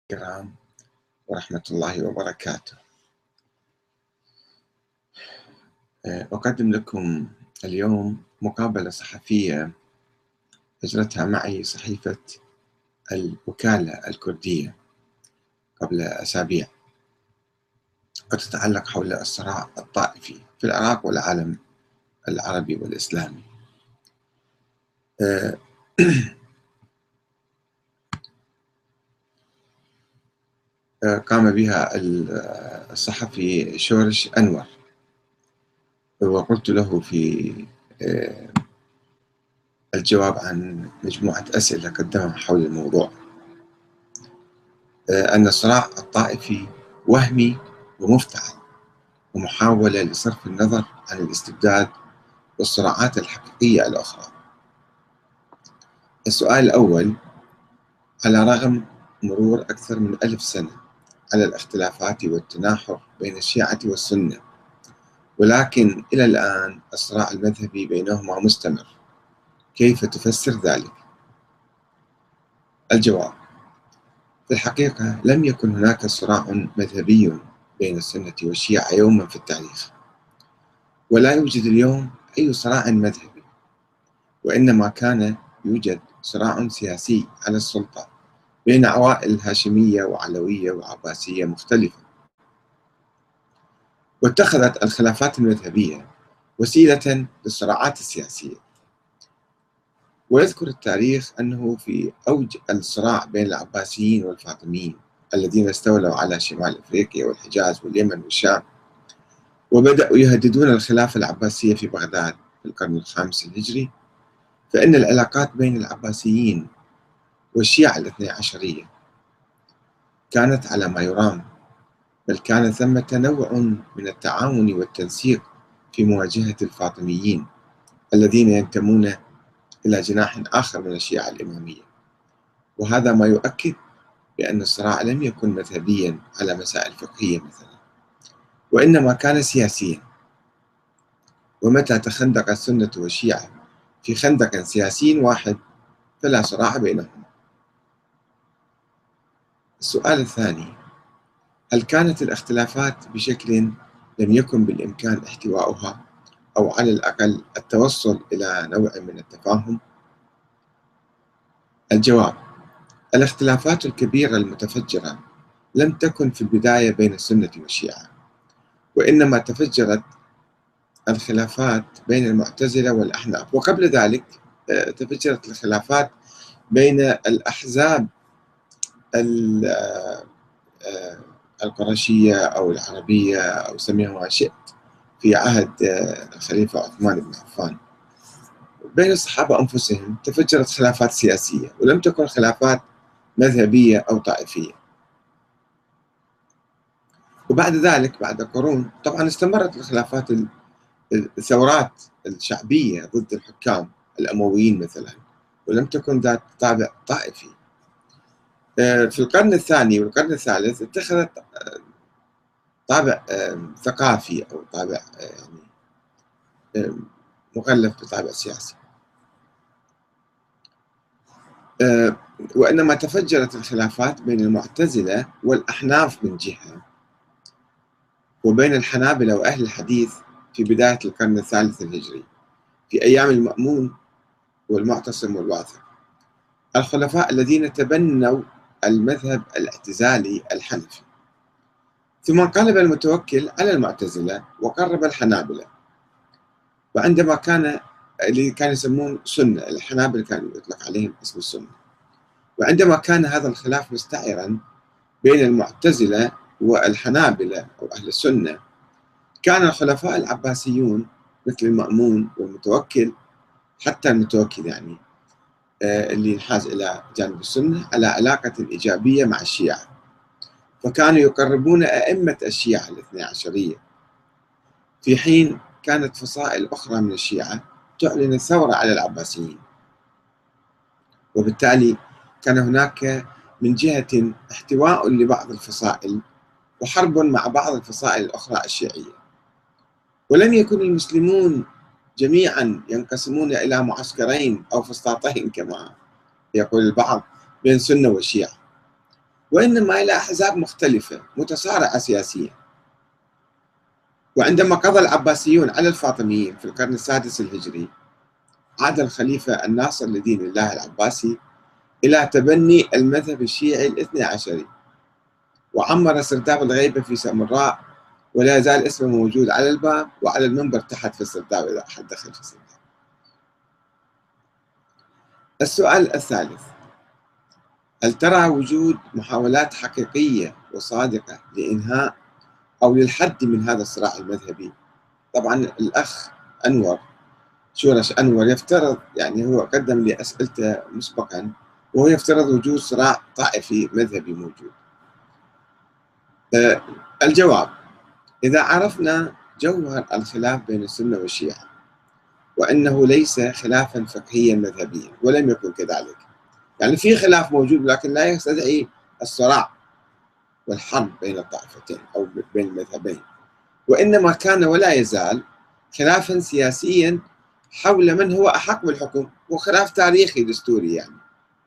الكرام ورحمة الله وبركاته. أقدم لكم اليوم مقابلة صحفية أجرتها معي صحيفة الوكالة الكردية قبل أسابيع، وتتعلق حول الصراع الطائفي في العراق والعالم العربي والإسلامي. قام بها الصحفي شورش أنور، وقلت له في الجواب عن مجموعة أسئلة قدمها حول الموضوع أن الصراع الطائفي وهمي ومفتعل، ومحاولة لصرف النظر عن الاستبداد والصراعات الحقيقية الأخرى. السؤال الأول: على رغم مرور أكثر من 1000 سنة على الاختلافات والتناحر بين الشيعة والسنة، ولكن إلى الآن الصراع المذهبي بينهما مستمر، كيف تفسر ذلك؟ الجواب: في الحقيقة لم يكن هناك صراع مذهبي بين السنة والشيعة يوما في التاريخ، ولا يوجد اليوم أي صراع مذهبي، وإنما كان يوجد صراع سياسي على السلطة بين عوائل هاشمية وعلوية وعباسية مختلفة، واتخذت الخلافات المذهبية وسيلة للصراعات السياسية. ويذكر التاريخ أنه في أوج الصراع بين العباسيين والفاطميين الذين استولوا على شمال أفريقيا والحجاز واليمن والشام، وبدأوا يهددون الخلافة العباسية في بغداد في القرن الخامس الهجري، فإن العلاقات بين العباسيين والشيعة الاثني عشرية كانت على ما يرام، بل كان ثمة نوع من التعاون والتنسيق في مواجهة الفاطميين الذين ينتمون إلى جناح آخر من الشيعة الإمامية. وهذا ما يؤكد بأن الصراع لم يكن مذهبيا على مسائل فقهية مثلا، وإنما كان سياسيا. ومتى تخندق السنة والشيعة في خندق سياسي واحد فلا صراع بينهما. السؤال الثاني: هل كانت الاختلافات بشكل لم يكن بالإمكان احتواؤها، أو على الأقل التوصل إلى نوع من التفاهم؟ الجواب: الاختلافات الكبيرة المتفجرة لم تكن في البداية بين السنة والشيعة، وإنما تفجرت الخلافات بين المعتزلة والأحناف، وقبل ذلك تفجرت الخلافات بين الأحزاب القرشية أو العربية أو سميها ما شئت في عهد الخليفة عثمان بن عفان. بين الصحابة أنفسهم تفجرت خلافات سياسية، ولم تكن خلافات مذهبية أو طائفية. وبعد ذلك بعد قرون طبعا استمرت الخلافات، الثورات الشعبية ضد الحكام الأمويين مثلا، ولم تكن ذات طابع طائفي. في القرن الثاني والقرن الثالث اتخذت طابع ثقافي أو طابع يعني مغلف بطابع سياسي. وإنما تفجرت الخلافات بين المعتزلة والأحناف من جهة، وبين الحنابلة وأهل الحديث في بداية القرن الثالث الهجري في أيام المأمون والمعتصم والواثق، الخلفاء الذين تبنوا المذهب الاعتزالي الحنفي. ثم انقلب المتوكل على المعتزلة وقرب الحنابلة، وعندما كان اللي كانوا يسمون سنة، الحنابلة كانوا يطلق عليهم اسم السنة. وعندما كان هذا الخلاف مستعرا بين المعتزلة والحنابلة أو أهل السنة، كان الخلفاء العباسيون مثل المأمون والمتوكل، حتى المتوكل يعني اللي ينحاز إلى جانب السنة، على علاقة إيجابية مع الشيعة، فكانوا يقربون أئمة الشيعة الاثني عشرية، في حين كانت فصائل أخرى من الشيعة تعلن الثورة على العباسيين. وبالتالي كان هناك من جهة احتواء لبعض الفصائل وحرب مع بعض الفصائل الأخرى الشيعية. ولم يكن المسلمون جميعا ينقسمون إلى معسكرين أو فسطاطين كما يقول البعض بين سنة وشيعة، وإنما إلى أحزاب مختلفة متصارعة سياسيا. وعندما قضى العباسيون على الفاطميين في القرن السادس الهجري، عاد الخليفة الناصر لدين الله العباسي إلى تبني المذهب الشيعي الاثني عشري، وعمر سرداب الغيبة في سامراء، ولا يزال اسمه موجود على الباب وعلى المنبر تحت في السرداب إذا أحد دخل في السرداب. السؤال الثالث: هل ترى وجود محاولات حقيقية وصادقة لإنهاء أو للحد من هذا الصراع المذهبي؟ طبعا الأخ أنور شورش أنور يفترض، يعني هو قدم لي أسئلته مسبقا، وهو يفترض وجود صراع طائفي مذهبي موجود. الجواب: إذا عرفنا جوهر الخلاف بين السنة والشيعة وأنه ليس خلافا فقهيا مذهبيا، ولم يكن كذلك، يعني في خلاف موجود لكن لا يستدعي الصراع والحرب بين الطائفتين أو بين المذهبين، وإنما كان ولا يزال خلافا سياسيا حول من هو أحق بالحكم، وخلاف تاريخي دستوري، يعني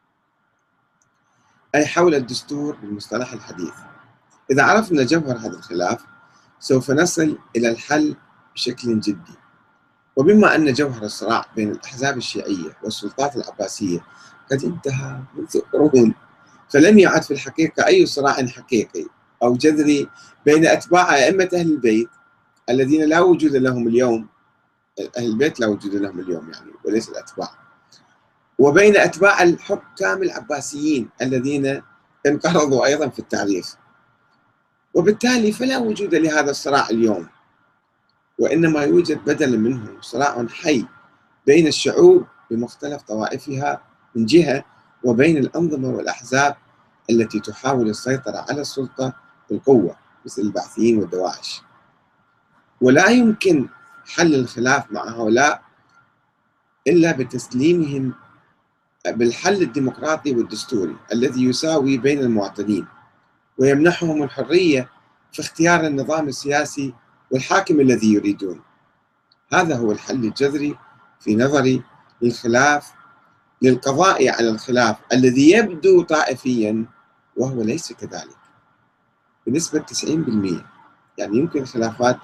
أي حول الدستور بالمصطلح الحديث. إذا عرفنا جوهر هذا الخلاف سوف نصل إلى الحل بشكل جدي. وبما أن جوهر الصراع بين الأحزاب الشيعية والسلطات العباسية قد انتهى منذ قرون، فلم يعد في الحقيقة أي صراع حقيقي أو جذري بين أتباع أئمة أهل البيت الذين لا وجود لهم اليوم، أهل البيت لا وجود لهم اليوم يعني وليس الأتباع، وبين أتباع الحكام العباسيين الذين انقرضوا أيضا في التاريخ، وبالتالي فلا وجود لهذا الصراع اليوم، وإنما يوجد بدلا منه صراع حي بين الشعوب بمختلف طوائفها من جهة، وبين الأنظمة والأحزاب التي تحاول السيطرة على السلطة بالقوة مثل البعثيين والدواعش. ولا يمكن حل الخلاف مع هؤلاء إلا بتسليمهم بالحل الديمقراطي والدستوري الذي يساوي بين المواطنين ويمنحهم الحرية في اختيار النظام السياسي والحاكم الذي يريدون. هذا هو الحل الجذري في نظري للخلاف، للقضاء على الخلاف الذي يبدو طائفيا وهو ليس كذلك بنسبة 90%. يعني يمكن خلافات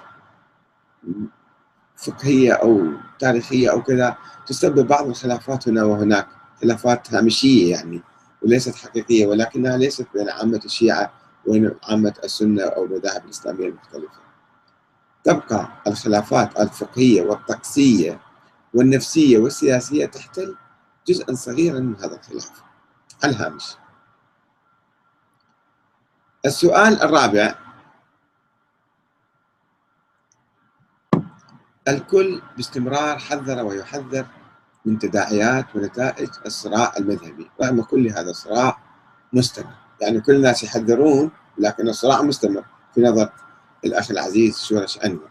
فقهية أو تاريخية أو كذا تسبب بعض الخلافات هنا وهناك، خلافات هامشية يعني وليست حقيقية، ولكنها ليست بين عامة الشيعة وبين عامة السنة أو المذاهب الإسلامية المختلفة. تبقى الخلافات الفقهية والطقسية والنفسية والسياسية تحتل جزءا صغيرا من هذا الخلاف على الهامش. السؤال الرابع: الكل باستمرار حذر ويحذر من تداعيات ونتائج الصراع المذهبي، رغم كل هذا الصراع مستمر، يعني كل الناس يحذرون لكن الصراع مستمر في نظر الأخ العزيز شورش أنور.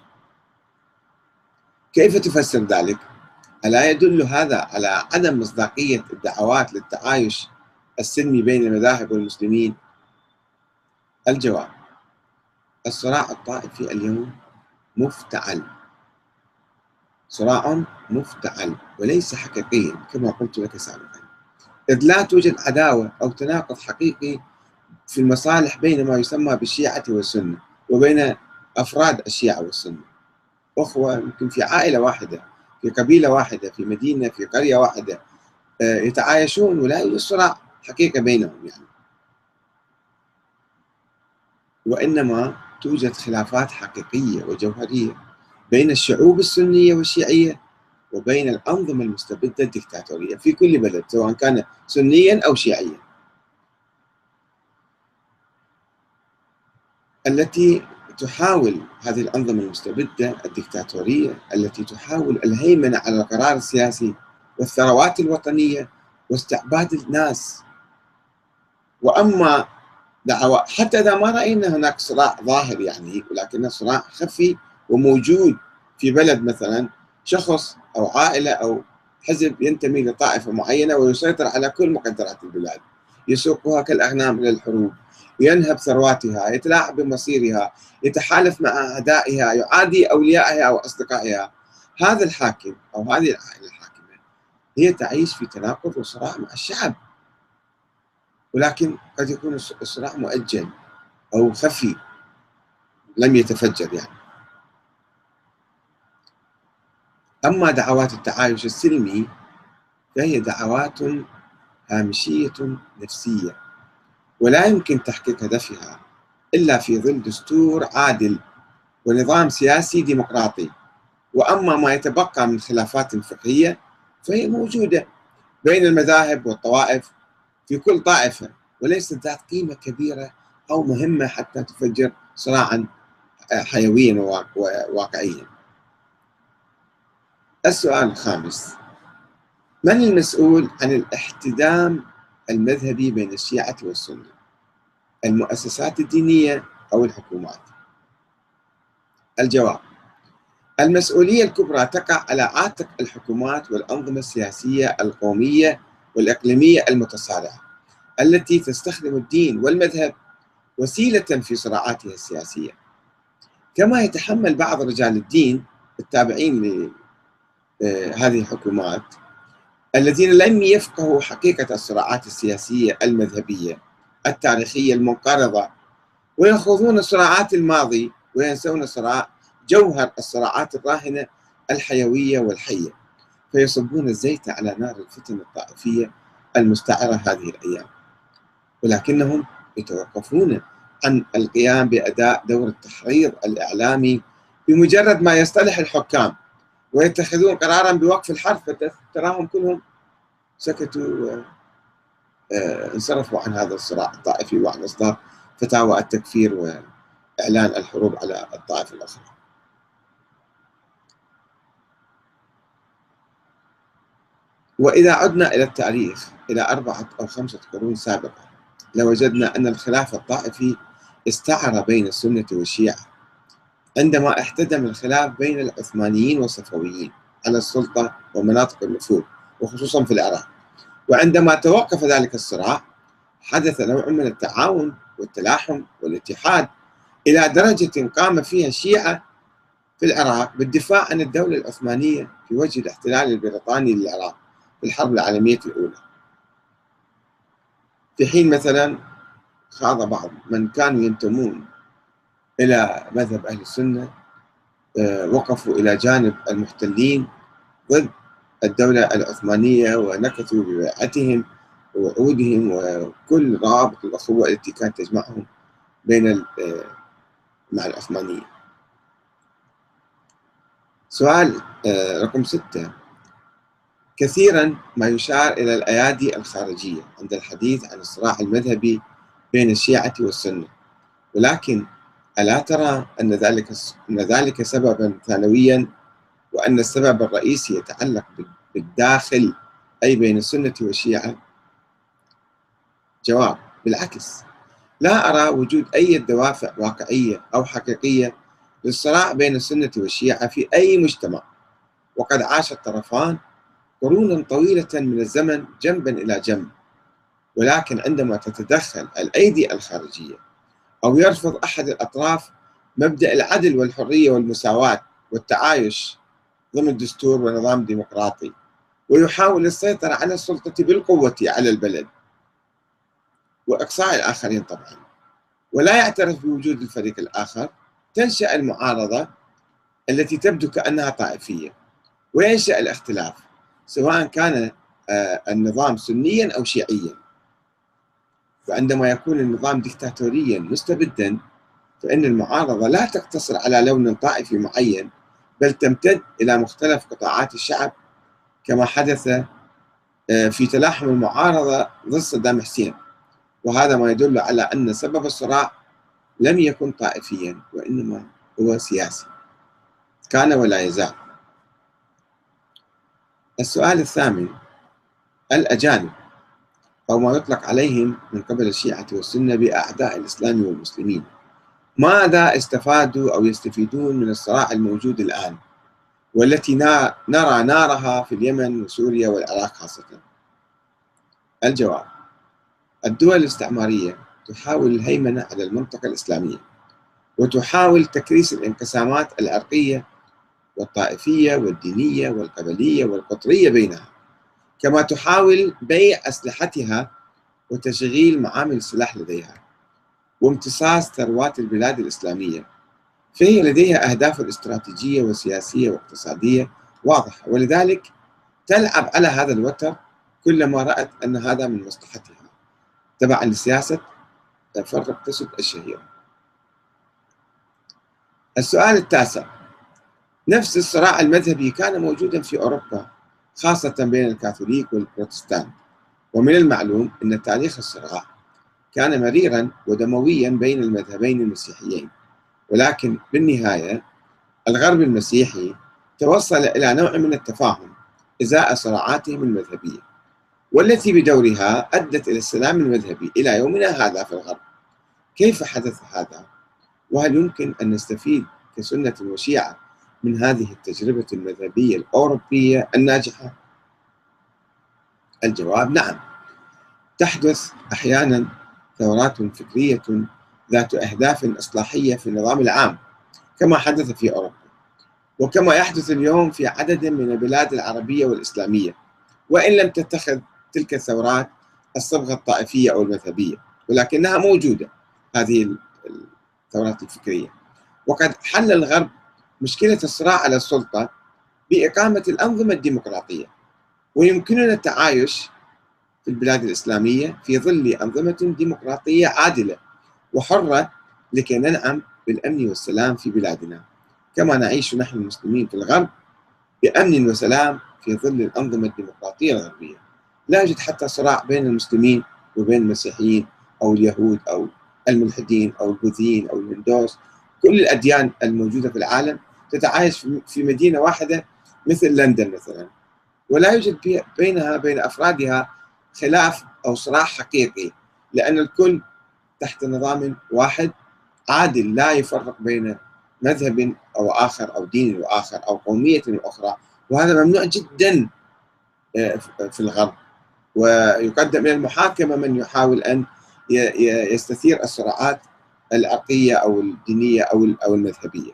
كيف تفسر ذلك؟ ألا يدل هذا على عدم مصداقية الدعوات للتعايش السلمي بين المذاهب والمسلمين؟ الجواب: الصراع الطائفي اليوم مفتعل، صراع مفتعل وليس حقيقيا كما قلت لك سابقا، إذ لا توجد عداوة أو تناقض حقيقي في المصالح بين ما يسمى بالشيعة والسنة وبين أفراد الشيعة والسنة، أخوة يمكن في عائلة واحدة، في قبيلة واحدة، في مدينة، في قرية واحدة، يتعايشون ولا يوجد صراع حقيقة بينهم يعني، وإنما توجد خلافات حقيقية وجوهرية بين الشعوب السنية والشيعية وبين الأنظمة المستبدة الدكتاتورية في كل بلد سواء كان سنيا أو شيعيا، التي تحاول هذه الأنظمة المستبدة الدكتاتورية التي تحاول الهيمنة على القرار السياسي والثروات الوطنية واستعباد الناس. وأما دعوة حتى إذا ما رأينا هناك صراع ظاهر يعني، ولكن صراع خفي وموجود في بلد، مثلا شخص أو عائلة أو حزب ينتمي لطائفة معينة ويسيطر على كل مقدرات البلاد، يسوقها كالأغنام إلى الحروب، ينهب ثرواتها، يتلاعب بمصيرها، يتحالف مع أعدائها، يعادي أوليائها أو أصدقائها. هذا الحاكم أو هذه العائلة الحاكمة هي تعيش في تناقض وصراع مع الشعب، ولكن قد يكون الصراع مؤجل أو خفي لم يتفجر يعني. أما دعوات التعايش السلمي فهي دعوات هامشية نفسية، ولا يمكن تحقيق هدفها إلا في ظل دستور عادل ونظام سياسي ديمقراطي. وأما ما يتبقى من خلافات فقهية فهي موجودة بين المذاهب والطوائف في كل طائفة، وليست ذات قيمة كبيرة أو مهمة حتى تفجر صراعا حيويا وواقعيا. السؤال الخامس: من المسؤول عن الاحتدام المذهبي بين الشيعة والسنة؟ المؤسسات الدينية أو الحكومات؟ الجواب: المسؤولية الكبرى تقع على عاتق الحكومات والأنظمة السياسية القومية والإقليمية المتصارعة التي تستخدم الدين والمذهب وسيلة في صراعاتها السياسية، كما يتحمل بعض رجال الدين التابعين لهذه الحكومات الذين لم يفقهوا حقيقة الصراعات السياسية المذهبية التاريخية المنقرضة، ويخوضون صراعات الماضي وينسون جوهر الصراعات الراهنة الحيوية والحية، فيصبون الزيت على نار الفتن الطائفية المستعرة هذه الأيام. ولكنهم يتوقفون عن القيام بأداء دور التحريض الإعلامي بمجرد ما يصطلح الحكام ويتخذون قرارا بوقف الحرب، فتراهم كلهم سكتوا وانصرفوا عن هذا الصراع الطائفي وعن إصدار فتاوى التكفير وإعلان الحروب على الطائفة الأخرى. وإذا عدنا إلى التاريخ إلى 4 أو 5 قرون سابقة لوجدنا أن الخلاف الطائفي استعر بين السنة والشيعة عندما احتدم الخلاف بين العثمانيين والصفويين على السلطة ومناطق النفوذ وخصوصا في العراق. وعندما توقف ذلك الصراع حدث نوع من التعاون والتلاحم والاتحاد إلى درجة قام فيها الشيعة في العراق بالدفاع عن الدولة العثمانية في وجه الاحتلال البريطاني للعراق في الحرب العالمية الأولى، في حين مثلا خاض بعض من كانوا ينتمون إلى مذهب أهل السنة وقفوا إلى جانب المحتلين ضد الدولة العثمانية ونكثوا ببيعتهم ووعودهم وكل روابط الأخوة التي كانت تجمعهم مع العثمانيين. سؤال رقم 6: كثيرا ما يشار إلى الأيادي الخارجية عند الحديث عن الصراع المذهبي بين الشيعة والسنة، ولكن ألا ترى أن ذلك سببا ثانويا، وأن السبب الرئيسي يتعلق بالداخل أي بين السنة والشيعة؟ جواب: بالعكس، لا أرى وجود أي دوافع واقعية أو حقيقية للصراع بين السنة والشيعة في أي مجتمع، وقد عاش الطرفان قرونا طويلة من الزمن جنبا إلى جنب. ولكن عندما تتدخل الأيدي الخارجية أو يرفض أحد الأطراف مبدأ العدل والحرية والمساواة والتعايش ضمن دستور ونظام ديمقراطي، ويحاول السيطرة على السلطة بالقوة على البلد وإقصاء الآخرين طبعا، ولا يعترف بوجود الفريق الآخر، تنشأ المعارضة التي تبدو كأنها طائفية، وينشأ الاختلاف سواء كان النظام سنيا أو شيعيا. وعندما يكون النظام ديكتاتوريا مستبدا فإن المعارضة لا تقتصر على لون طائفي معين، بل تمتد إلى مختلف قطاعات الشعب، كما حدث في تلاحم المعارضة ضد صدام حسين. وهذا ما يدل على أن سبب الصراع لم يكن طائفيا، وإنما هو سياسي كان ولا يزال. السؤال الثامن: الأجانب أو ما يطلق عليهم من قبل الشيعة والسنة بأعداء الإسلام والمسلمين، ماذا استفادوا أو يستفيدون من الصراع الموجود الآن والتي نرى نارها في اليمن وسوريا والعراق خاصة؟ الجواب: الدول الاستعمارية تحاول الهيمنة على المنطقة الإسلامية، وتحاول تكريس الانقسامات العرقية والطائفية والدينية والقبلية والقطرية بينها، كما تحاول بيع أسلحتها وتشغيل معامل السلاح لديها وامتصاص ثروات البلاد الإسلامية، فهي لديها أهداف استراتيجية وسياسية واقتصادية واضحة، ولذلك تلعب على هذا الوتر كلما رأت أن هذا من مصلحتها تبعا لسياسة فرق تسد الشهيرة. السؤال التاسع: نفس الصراع المذهبي كان موجودا في أوروبا خاصة بين الكاثوليك والبروتستانت، ومن المعلوم أن تاريخ الصراع كان مريرا ودمويا بين المذهبين المسيحيين، ولكن بالنهاية الغرب المسيحي توصل إلى نوع من التفاهم إزاء صراعاتهم المذهبية، والتي بدورها أدت إلى السلام المذهبي إلى يومنا هذا في الغرب. كيف حدث هذا؟ وهل يمكن أن نستفيد كسنة وشيعة من هذه التجربة المذهبية الأوروبية الناجحة؟ الجواب نعم. تحدث أحيانا ثورات فكرية ذات أهداف إصلاحية في النظام العام كما حدث في أوروبا، وكما يحدث اليوم في عدد من البلاد العربية والإسلامية، وإن لم تتخذ تلك الثورات الصبغة الطائفية أو المذهبية، ولكنها موجودة هذه الثورات الفكرية. وقد حل الغرب مشكلة الصراع على السلطة بإقامة الأنظمة الديمقراطية، ويمكننا التعايش في البلاد الإسلامية في ظل أنظمة ديمقراطية عادلة وحرة لكي ننعم بالأمن والسلام في بلادنا، كما نعيش نحن المسلمين في الغرب بأمن وسلام في ظل الأنظمة الديمقراطية الغربية. لا يوجد حتى صراع بين المسلمين وبين المسيحيين أو اليهود أو الملحدين أو البوذيين أو الهندوس. كل الأديان الموجودة في العالم تتعايش في مدينة واحدة مثل لندن مثلا، ولا يوجد بينها بين أفرادها خلاف أو صراع حقيقي، لأن الكل تحت نظام واحد عادل لا يفرق بين مذهب أو آخر أو دين وآخر أو قومية أخرى، وهذا ممنوع جدا في الغرب. ويقدم إلى المحاكمة من يحاول أن يستثير الصراعات العرقية أو الدينية أو المذهبية.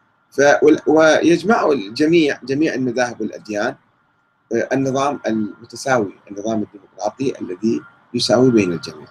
ويجمع جميع المذاهب والأديان النظام المتساوي، النظام الديمقراطي الذي يساوي بين الجميع.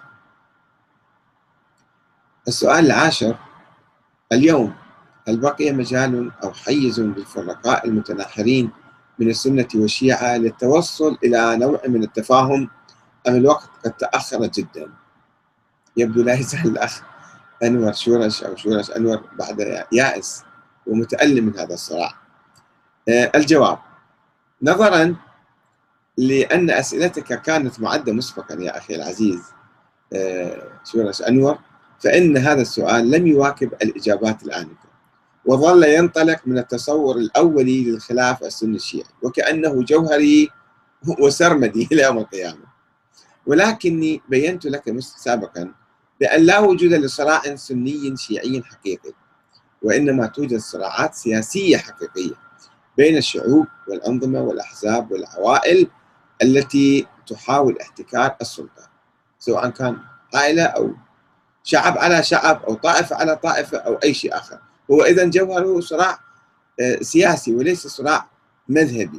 السؤال العاشر: اليوم هل بقي مجال أو حيز للفرقاء المتناحرين من السنة والشيعة للتوصل إلى نوع من التفاهم، أم الوقت قد تأخر جدا؟ يبدو لا يزال الأخ أنور شورش أو شورش أنور بعد يائس ومتألم من هذا الصراع. الجواب: نظرا لأن أسئلتك كانت معدة مسبقا يا أخي العزيز شورش أنور، فإن هذا السؤال لم يواكب الإجابات الآنفة، وظل ينطلق من التصور الأولي للخلاف السني الشيعي وكأنه جوهري وسرمدي إلى يوم القيامة. ولكني بينت لك سابقا بأن لا وجود لصراع سني شيعي حقيقي، وإنما توجد صراعات سياسية حقيقية بين الشعوب والأنظمة والأحزاب والعوائل التي تحاول احتكار السلطة، سواء كان عائلة أو شعب على شعب أو طائفة على طائفة أو أي شيء آخر. هو إذن جوهره صراع سياسي وليس صراع مذهبي.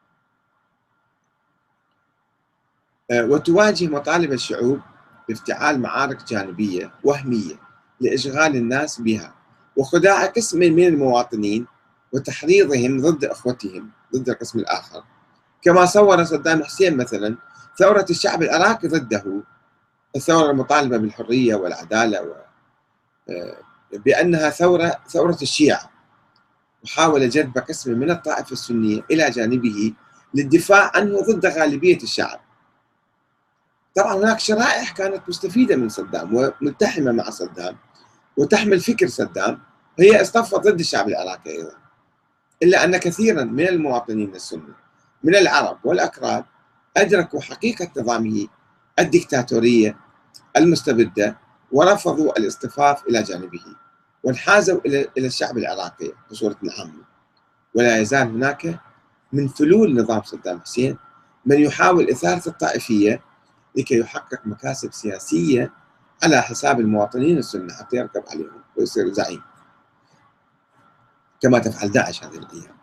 وتواجه مطالب الشعوب بافتعال معارك جانبية وهمية لإشغال الناس بها وخداع قسم من المواطنين وتحريضهم ضد إخوتهم ضد القسم الآخر، كما صور صدام حسين مثلا ثورة الشعب العراقي ضده، الثورة المطالبة بالحرية والعدالة بأنها ثورة الشيعة، وحاول جذب قسم من الطائفة السنية إلى جانبه للدفاع عنه ضد غالبية الشعب. طبعا هناك شرائح كانت مستفيدة من صدام وملتحمة مع صدام وتحمل فكر صدام، هي اصطفت ضد الشعب العراقي أيضا، إلا أن كثيرا من المواطنين السنة من العرب والأكراد أدركوا حقيقة نظامه الدكتاتورية المستبدة ورفضوا الاصطفاف إلى جانبه وانحازوا إلى الشعب العراقي بصورة عامة. ولا يزال هناك من فلول نظام صدام حسين من يحاول إثارة الطائفية لكي يحقق مكاسب سياسية على حساب المواطنين السنة حتى يركب عليهم ويصير زعيم، كما تفعل داعش هذه الأيام.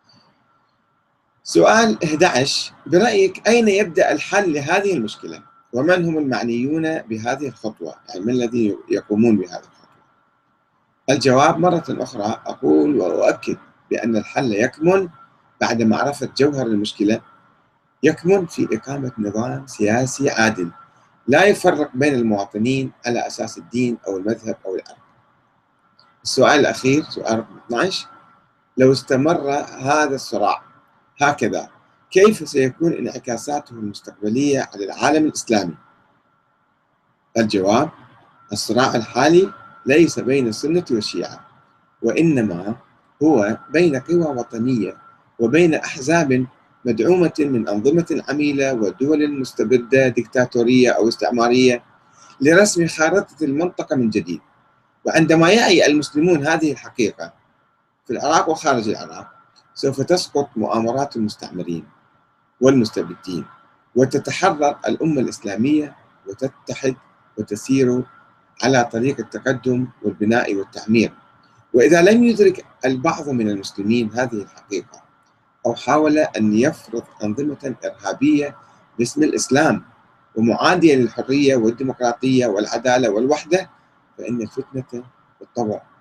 سؤال 11: برأيك أين يبدأ الحل لهذه المشكلة؟ ومن هم المعنيون بهذه الخطوة؟ يعني من الذين يقومون بهذه الخطوة؟ الجواب مرة أخرى أقول وأؤكد بأن الحل يكمن بعد معرفة جوهر المشكلة، يكمن في إقامة نظام سياسي عادل لا يفرق بين المواطنين على أساس الدين أو المذهب أو العرق. السؤال الأخير سؤال رقم 12: لو استمر هذا الصراع هكذا كيف سيكون انعكاساته المستقبلية على العالم الإسلامي؟ الجواب: الصراع الحالي ليس بين السنة والشيعة، وإنما هو بين قوى وطنية وبين أحزاب مدعومة من أنظمة عميلة ودول مستبدة ديكتاتورية أو استعمارية لرسم خارطة المنطقة من جديد. وعندما يعي المسلمون هذه الحقيقة في العراق وخارج العراق سوف تسقط مؤامرات المستعمرين والمستبدين، وتتحرر الأمة الإسلامية وتتحد وتسير على طريق التقدم والبناء والتعمير. وإذا لم يدرك البعض من المسلمين هذه الحقيقة أو حاول أن يفرض أنظمة إرهابية باسم الإسلام ومعادية للحرية والديمقراطية والعدالة والوحدة، فإن الفتنة بالطبع